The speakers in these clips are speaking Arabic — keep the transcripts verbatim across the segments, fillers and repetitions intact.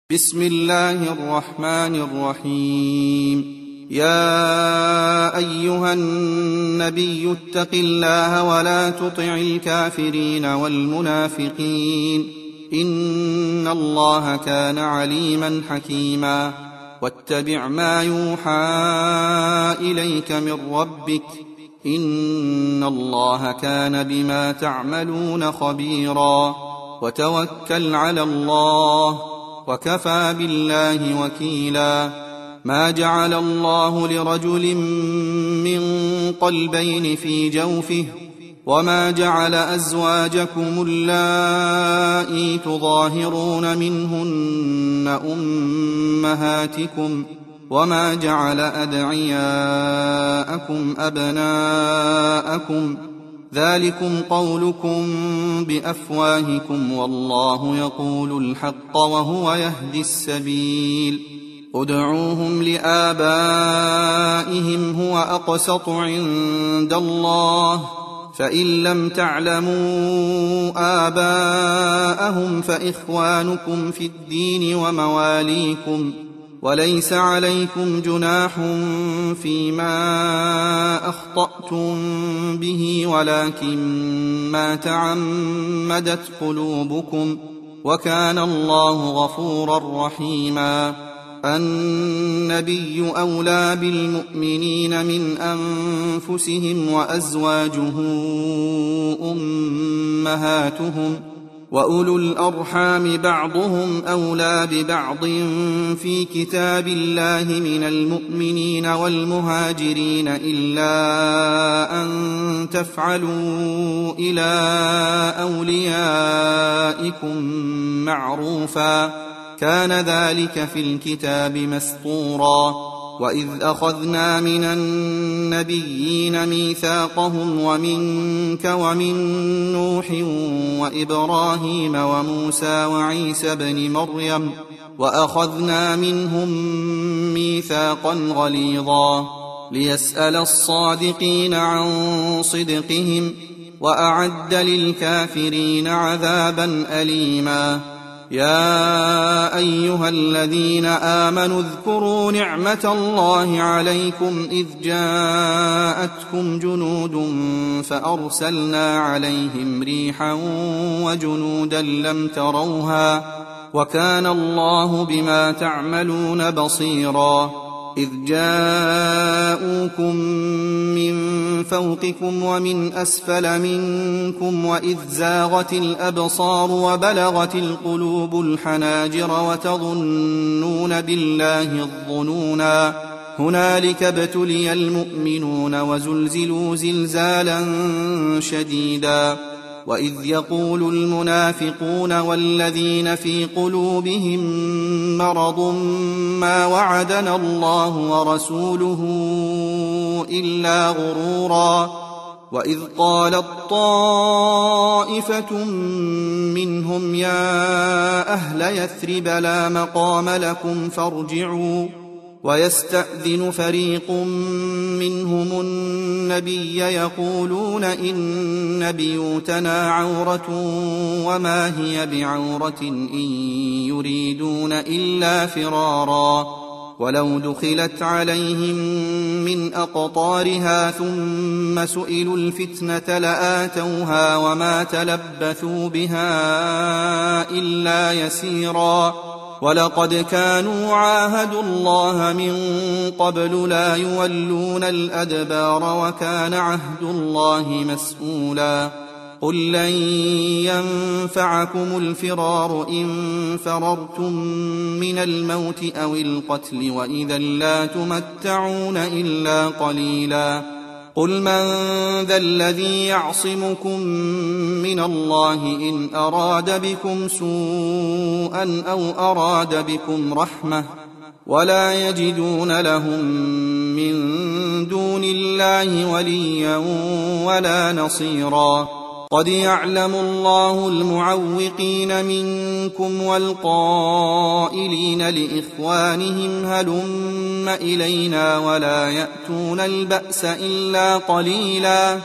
بسم الله الرحمن الرحيم. يا أيها النبي اتق الله ولا تطع الكافرين والمنافقين إن الله كان عليما حكيما. واتبع ما يوحى إليك من ربك إن الله كان بما تعملون خبيرا. وتوكل على الله وكفى بالله وكيلا. ما جعل الله لرجل من قلبين في جوفه وما جعل أزواجكم اللائي تظاهرون منهن أمهاتكم وما جعل أدعياءكم أبناءكم ذلكم قولكم بأفواهكم والله يقول الحق وهو يهدي السبيل. ادعوهم لآبائهم هو أقسط عند الله فإن لم تعلموا آباءهم فإخوانكم في الدين ومواليكم وليس عليكم جناح فيما أخطأتم به ولكن ما تعمدت قلوبكم وكان الله غفورا رحيما. النبي أولى بالمؤمنين من أنفسهم وأزواجه أمهاتهم وأولو الأرحام بعضهم أولى ببعض في كتاب الله من المؤمنين والمهاجرين إلا أن تفعلوا إلى أوليائكم معروفا كان ذلك في الكتاب مسطورا. وإذ أخذنا من النبيين ميثاقهم ومنك ومن نوح وإبراهيم وموسى وعيسى بن مريم وأخذنا منهم ميثاقا غليظا ليسأل الصادقين عن صدقهم وأعد للكافرين عذابا أليما. يا أيها الذين آمنوا اذكروا نعمة الله عليكم إذ جاءتكم جنود فأرسلنا عليهم ريحا وجنودا لم تروها وكان الله بما تعملون بصيرا. إذ جاءوكم من فوقكم ومن أسفل منكم وإذ زاغت الأبصار وبلغت القلوب الحناجر وتظنون بالله الظنونا هنالك ابتلي المؤمنون وزلزلوا زلزالا شديدا. وإذ يقول المنافقون والذين في قلوبهم مرض ما وعدنا الله ورسوله إلا غرورا. وإذ قالت طائفة منهم يا أهل يثرب لا مقام لكم فارجعوا ويستأذن فريق منهم النبي يقولون إن بيوتنا عورة وما هي بعورة إن يريدون إلا فرارا. ولو دخلت عليهم من أقطارها ثم سئلوا الفتنة لآتوها وما تلبثوا بها إلا يسيرا. ولقد كانوا عاهدوا الله من قبل لا يولون الأدبار وكان عهد الله مسؤولا. قل لن ينفعكم الفرار إن فررتم من الموت أو القتل وإذا لا تمتعون إلا قليلا. قل من ذا الذي يعصمكم من الله إن أراد بكم سوءا أو أراد بكم رحمة ولا يجدون لهم من دون الله وليا ولا نصيرا. قد يعلم الله المعوقين منكم والقائلين لإخوانهم هلم إلينا ولا يأتون البأس إلا قليلا.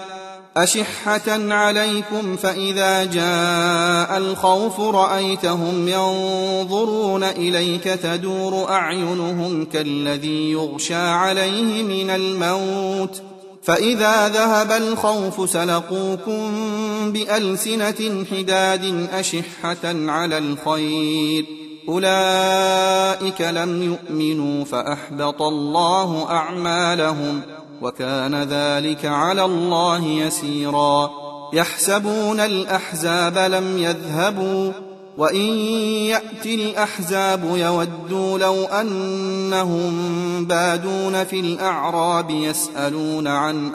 أشحة عليكم فإذا جاء الخوف رأيتهم ينظرون إليك تدور أعينهم كالذي يغشى عليه من الموت فإذا ذهب الخوف سلقوكم بألسنة حداد أشحة على الخير أولئك لم يؤمنوا فأحبط الله أعمالهم وكان ذلك على الله يسيرا يحسبون الأحزاب لم يذهبوا وإن يأتي الأحزاب يودوا لو أنهم بادون في الأعراب يسألون عن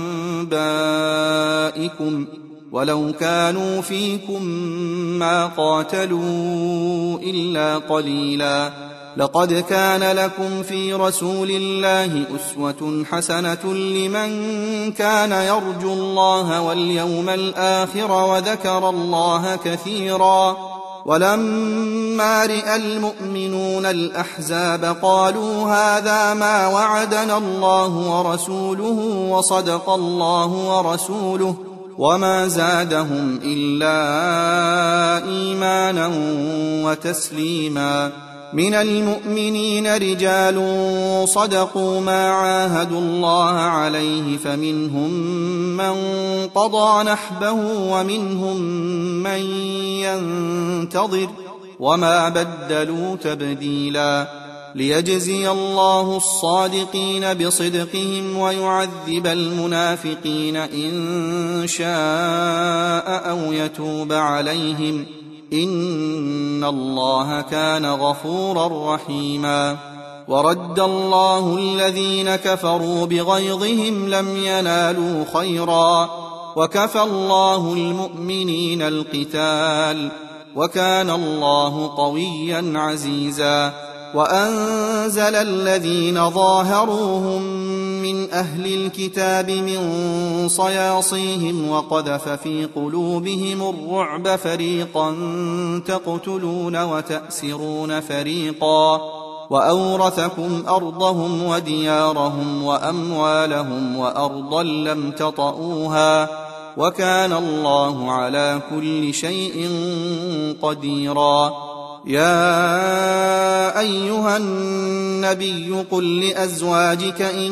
أنبائكم ولو كانوا فيكم ما قاتلوا إلا قليلا لقد كان لكم في رسول الله أسوة حسنة لمن كان يرجو الله واليوم الآخر وذكر الله كثيرا ولما رأى المؤمنون الأحزاب قالوا هذا ما وعدنا الله ورسوله وصدق الله ورسوله وما زادهم إلا إيمانا وتسليما من المؤمنين رجال صدقوا ما عاهدوا الله عليه فمنهم من قضى نحبه ومنهم من ينتظر وما بدلوا تبديلا ليجزي الله الصادقين بصدقهم ويعذب المنافقين إن شاء أو يتوب عليهم إن الله كان غفورا رحيما ورد الله الذين كفروا بغيظهم لم ينالوا خيرا وكفى الله المؤمنين القتال وكان الله قويا عزيزا وأنزل الذين ظاهروهم من أهل الكتاب من صياصيهم وقذف في قلوبهم الرعب فريقا تقتلون وتأسرون فريقا وأورثكم أرضهم وديارهم وأموالهم وأرضا لم تطئوها وكان الله على كل شيء قديرا يا أيها النبي قل لأزواجك إن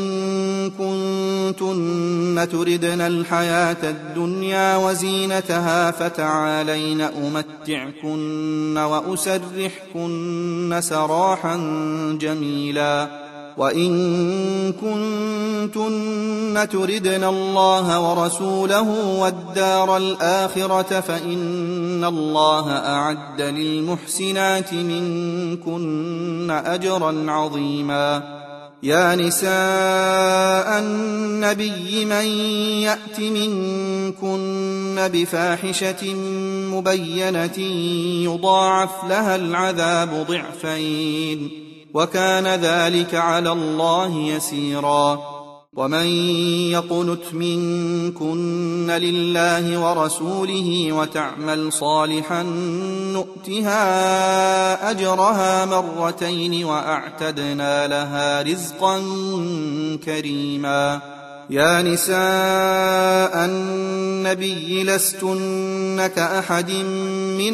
كنتن تردن الحياة الدنيا وزينتها فتعالين أمتعكن وأسرحكن سراحا جميلا وإن كنتن تردن الله ورسوله والدار الآخرة فإن الله أعد للمحسنات منكن أجرا عظيما يا نساء النبي من يأت منكن بفاحشة مبينة يضاعف لها العذاب ضعفين وكان ذلك على الله يسيرا ومن يقنت منكن لله ورسوله وتعمل صالحا نؤتها أجرها مرتين وأعتدنا لها رزقا كريما يا نساء النبي لستن كأحد من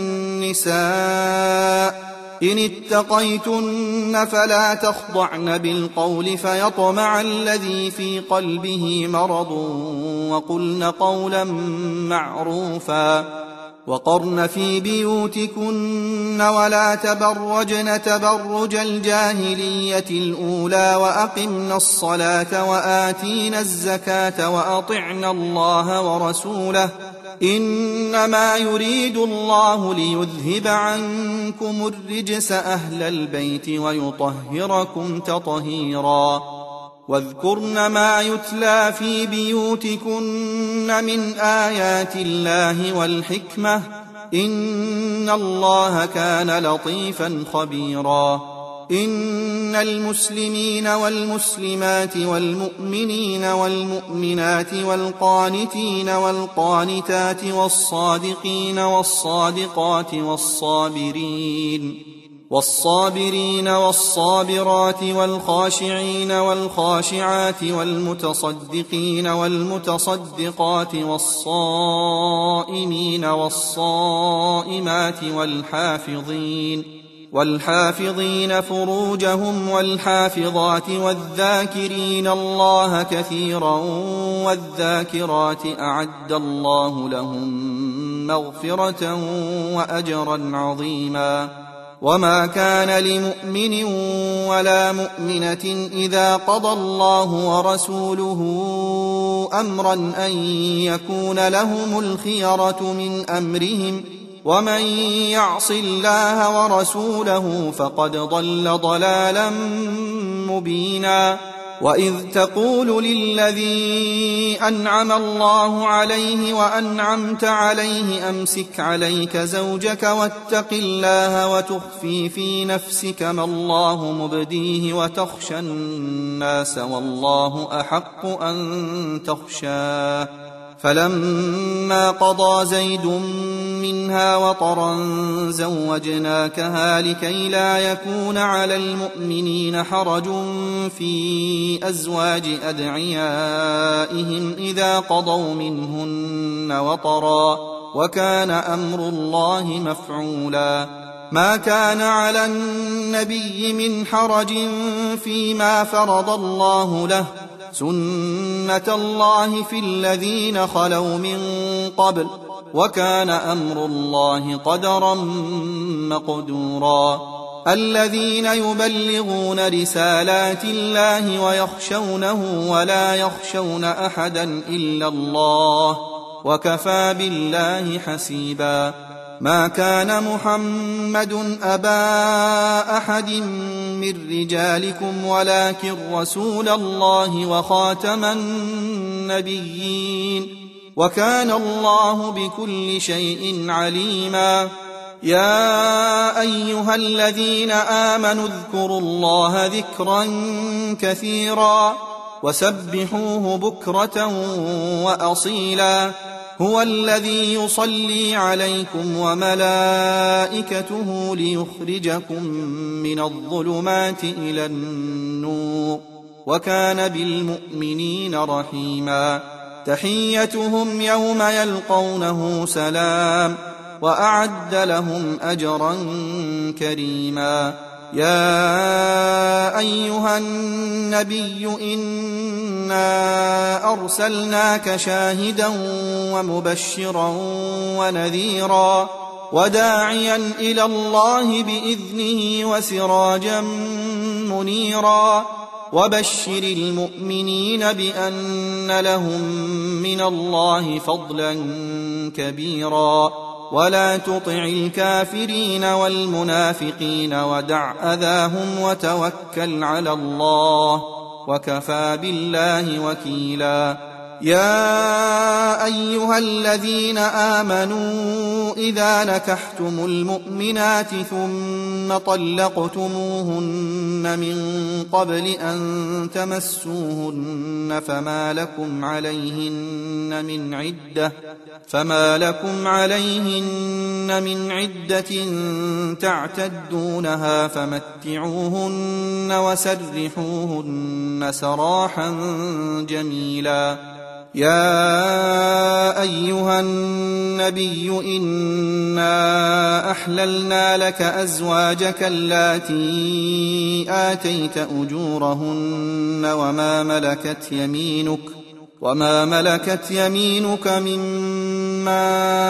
النساء إن اتقيتن فلا تخضعن بالقول فيطمع الذي في قلبه مرض وقلن قولا معروفا وقرن في بيوتكن ولا تبرجن تبرج الجاهلية الأولى وأقمن الصلاة وآتينا الزكاة وأطعنا الله ورسوله إنما يريد الله ليذهب عنكم الرجس أهل البيت ويطهركم تطهيرا واذكرن ما يتلى في بيوتكن من آيات الله والحكمة إن الله كان لطيفا خبيرا إن المسلمين والمسلمات والمؤمنين والمؤمنات والقانتين والقانتات والصادقين والصادقات والصابرين والصابرين والصابرات والخاشعين والخاشعات والمتصدقين والمتصدقات والصائمين والصائمات والحافظين والحافظين فروجهم والحافظات والذاكرين الله كثيرا والذاكرات أعد الله لهم مغفرة وأجرا عظيما. وما كان لمؤمن ولا مؤمنة إذا قضى الله ورسوله أمرا أن يكون لهم الخيرة من أمرهم ومن يعص الله ورسوله فقد ضل ضلالا مبينا. وإذ تقول للذي أنعم الله عليه وأنعمت عليه أمسك عليك زوجك واتق الله وتخفي في نفسك ما الله مبديه وتخشى الناس والله أحق أن تخشاه فلما قضى زيد منها وطرا زوجناكها لكي لا يكون على المؤمنين حرج في أزواج أدعيائهم إذا قضوا منهن وطرا وكان أمر الله مفعولا. ما كان على النبي من حرج فيما فرض الله له سنة الله في الذين خلوا من قبل وكان أمر الله قدرا مقدورا. الذين يبلغون رسالات الله ويخشونه ولا يخشون أحدا إلا الله وكفى بالله حسيبا. ما كان محمد أبا أحد من رجالكم ولكن رسول الله وخاتم النبيين وكان الله بكل شيء عليما. يا أيها الذين آمنوا اذكروا الله ذكرا كثيرا وسبحوه بكرة وأصيلا. هو الذي يصلي عليكم وملائكته ليخرجكم من الظلمات إلى النور وكان بالمؤمنين رحيما. تحيتهم يوم يلقونه سلام وأعد لهم أجرا كريما. يا أيها النبي إنا أرسلناك شاهدا ومبشرا ونذيرا وداعيا إلى الله بإذنه وسراجا منيرا. وبشر المؤمنين بأن لهم من الله فضلا كبيرا ولا تطع الكافرين والمنافقين ودع أذاهم وتوكل على الله وكفى بالله وكيلا. يا أيها الذين آمنوا إذا نكحتم المؤمنات ثم طلقتموهن من قبل أن تمسوهن فما لكم عليهن من عدة فما لكم عليهن من عدة تعتدونها فمتعوهن وسرحوهن سراحا جميلا. يا أيها النبي إنا أحللنا لك أزواجك اللاتي آتيت أجورهن وما ملكت يمينك وما ملكت يمينك مما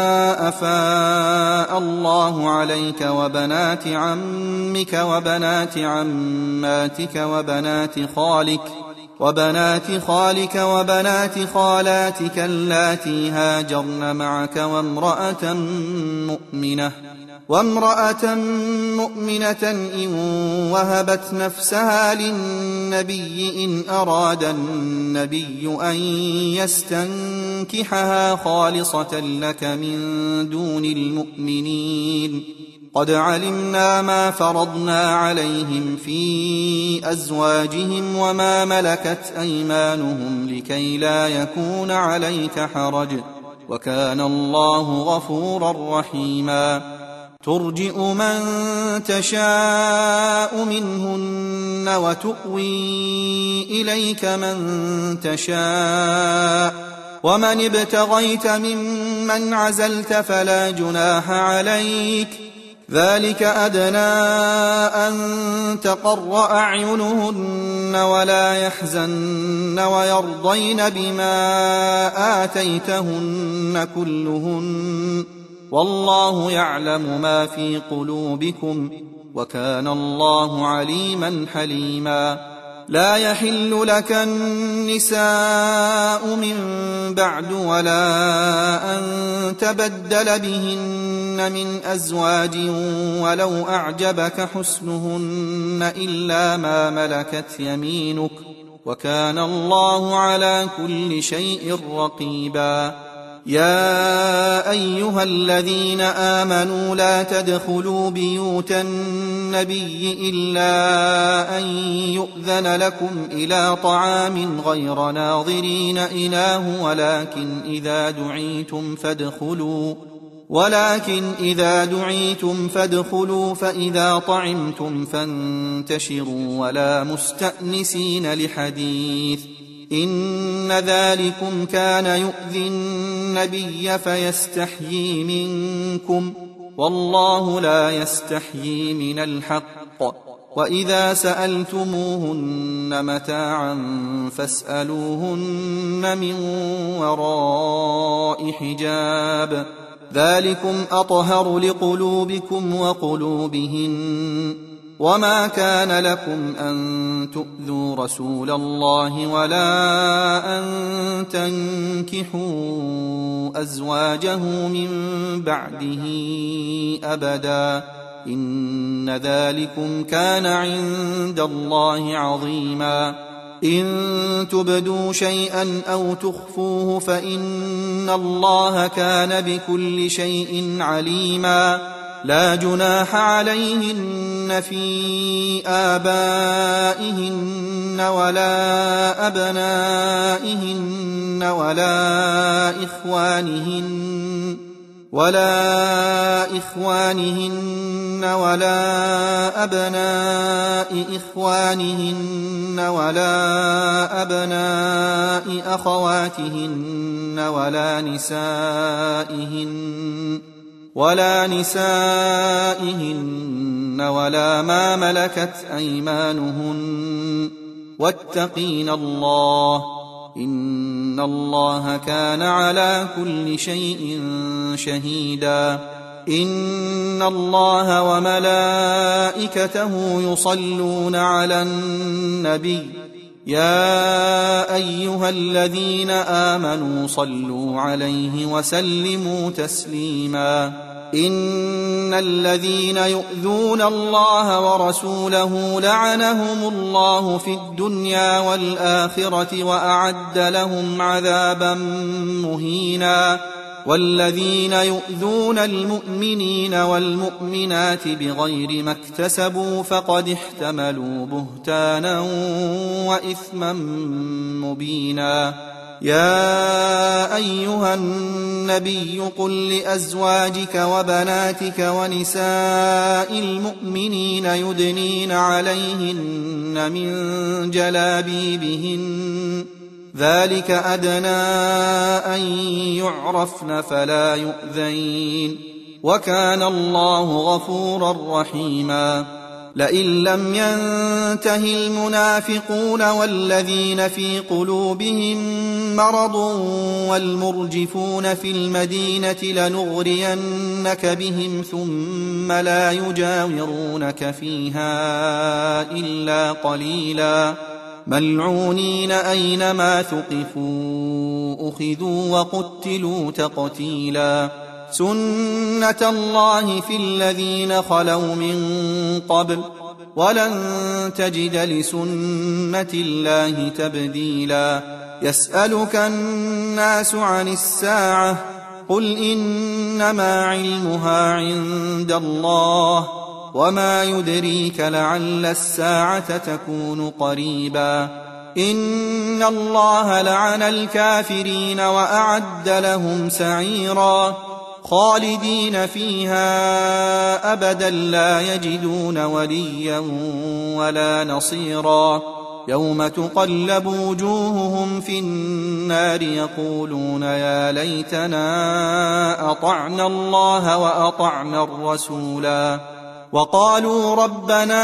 أفاء الله عليك وبنات عمك وبنات عماتك وبنات خالك وبنات خالك وبنات خالاتك اللاتي هاجرن معك وامرأة مؤمنة وامرأة مؤمنة إن وهبت نفسها للنبي إن أراد النبي أن يستنكحها خالصة لك من دون المؤمنين. قد علمنا ما فرضنا عليهم في أزواجهم وما ملكت أيمانهم لكي لا يكون عليك حرج وكان الله غفورا رحيما. ترجئ من تشاء منهن وتؤوي إليك من تشاء ومن ابتغيت ممن عزلت فلا جناح عليك ذلك أدنى أن تقر أعينهن ولا يحزن ويرضين بما آتيتهن كلهن والله يعلم ما في قلوبكم وكان الله عليما حليما لا يحل لك النساء من بعد ولا أن تبدل بهن من أزواج ولو أعجبك حسنهن إلا ما ملكت يمينك وكان الله على كل شيء رقيبا يا أيها الذين آمنوا لا تدخلوا بيوت النبي إلا أن يؤذن لكم إلى طعام غير ناظرين إناه ولكن إذا دعيتم فادخلوا ولكن إذا دعيتم فادخلوا فإذا طعمتم فانتشروا ولا مستأنسين لحديث إن ذلكم كان يؤذي النبي فيستحيي منكم والله لا يستحيي من الحق وإذا سألتموهن متاعا فاسألوهن من وراء حجاب ذلكم أطهر لقلوبكم وقلوبهن وما كان لكم أن تؤذوا رسول الله ولا أن تنكحوا أزواجه من بعده أبدا إن ذلكم كان عند الله عظيما إن تبدوا شيئا أو تخفوه فإن الله كان بكل شيء عليما لا جناح عليهن في آبائهن ولا أبنائهن ولا إخوانهن ولا إخوانهن ولا أبناء إخوانهن ولا أبناء أخواتهن ولا نسائهن ولا نسائهن ولا ما ملكت أيمانهن واتقين الله إن الله كان على كل شيء شهيدا إن الله وملائكته يصلون على النبي يا أيها الذين آمنوا صلوا عليه وسلموا تسليما إن الذين يؤذون الله ورسوله لعنهم الله في الدنيا والآخرة وأعد لهم عذابا مهينا والذين يؤذون المؤمنين والمؤمنات بغير ما اكتسبوا فقد احتملوا بهتانا وإثما مبينا يا أيها النبي قل لأزواجك وبناتك ونساء المؤمنين يدنين عليهن من جلابيبهن ذلك أدنى أن يعرفن فلا يؤذين وكان الله غفورا رحيما لئن لم ينته المنافقون والذين في قلوبهم مرض والمرجفون في المدينة لنغرينك بهم ثم لا يجاورونك فيها إلا قليلا ملعونين أينما ثقفوا أخذوا وقتلوا تقتيلا سنة الله في الذين خلوا من قبل ولن تجد لسنة الله تبديلا يسألك الناس عن الساعة قل إنما علمها عند الله وما يدريك لعل الساعة تكون قريبا إن الله لعن الكافرين وأعد لهم سعيرا خالدين فيها أبدا لا يجدون وليا ولا نصيرا يوم تقلب وجوههم في النار يقولون يا ليتنا أطعنا الله وأطعنا الرسولا وقالوا ربنا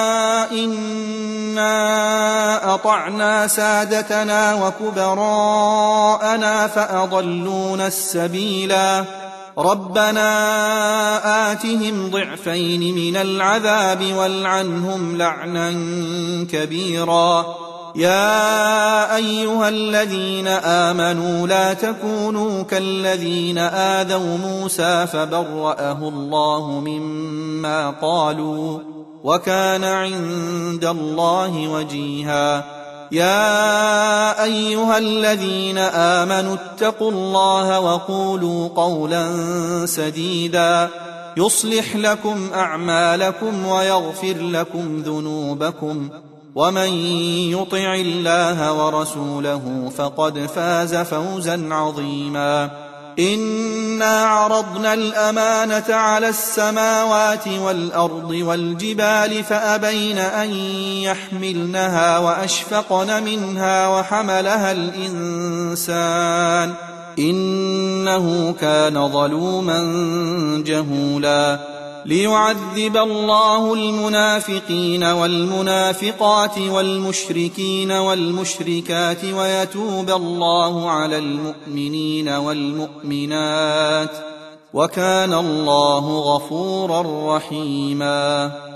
إنا أطعنا سادتنا وكبراءنا فأضلونا السبيلا ربنا آتهم ضعفين من العذاب والعنهم لعنا كبيرا يا أيها الذين آمنوا لا تكونوا كالذين آذوا موسى فبرأه الله مما قالوا وكان عند الله وجيها يا أيها الذين آمنوا اتقوا الله وقولوا قولا سديدا يصلح لكم أعمالكم ويغفر لكم ذنوبكم ومن يطع الله ورسوله فقد فاز فوزا عظيما إنا عرضنا الأمانة على السماوات والأرض والجبال فأبين أن يحملنها وأشفقن منها وحملها الإنسان إنه كان ظلوما جهولا ليعذب الله المنافقين والمنافقات والمشركين والمشركات ويتوب الله على المؤمنين والمؤمنات وكان الله غفورا رحيما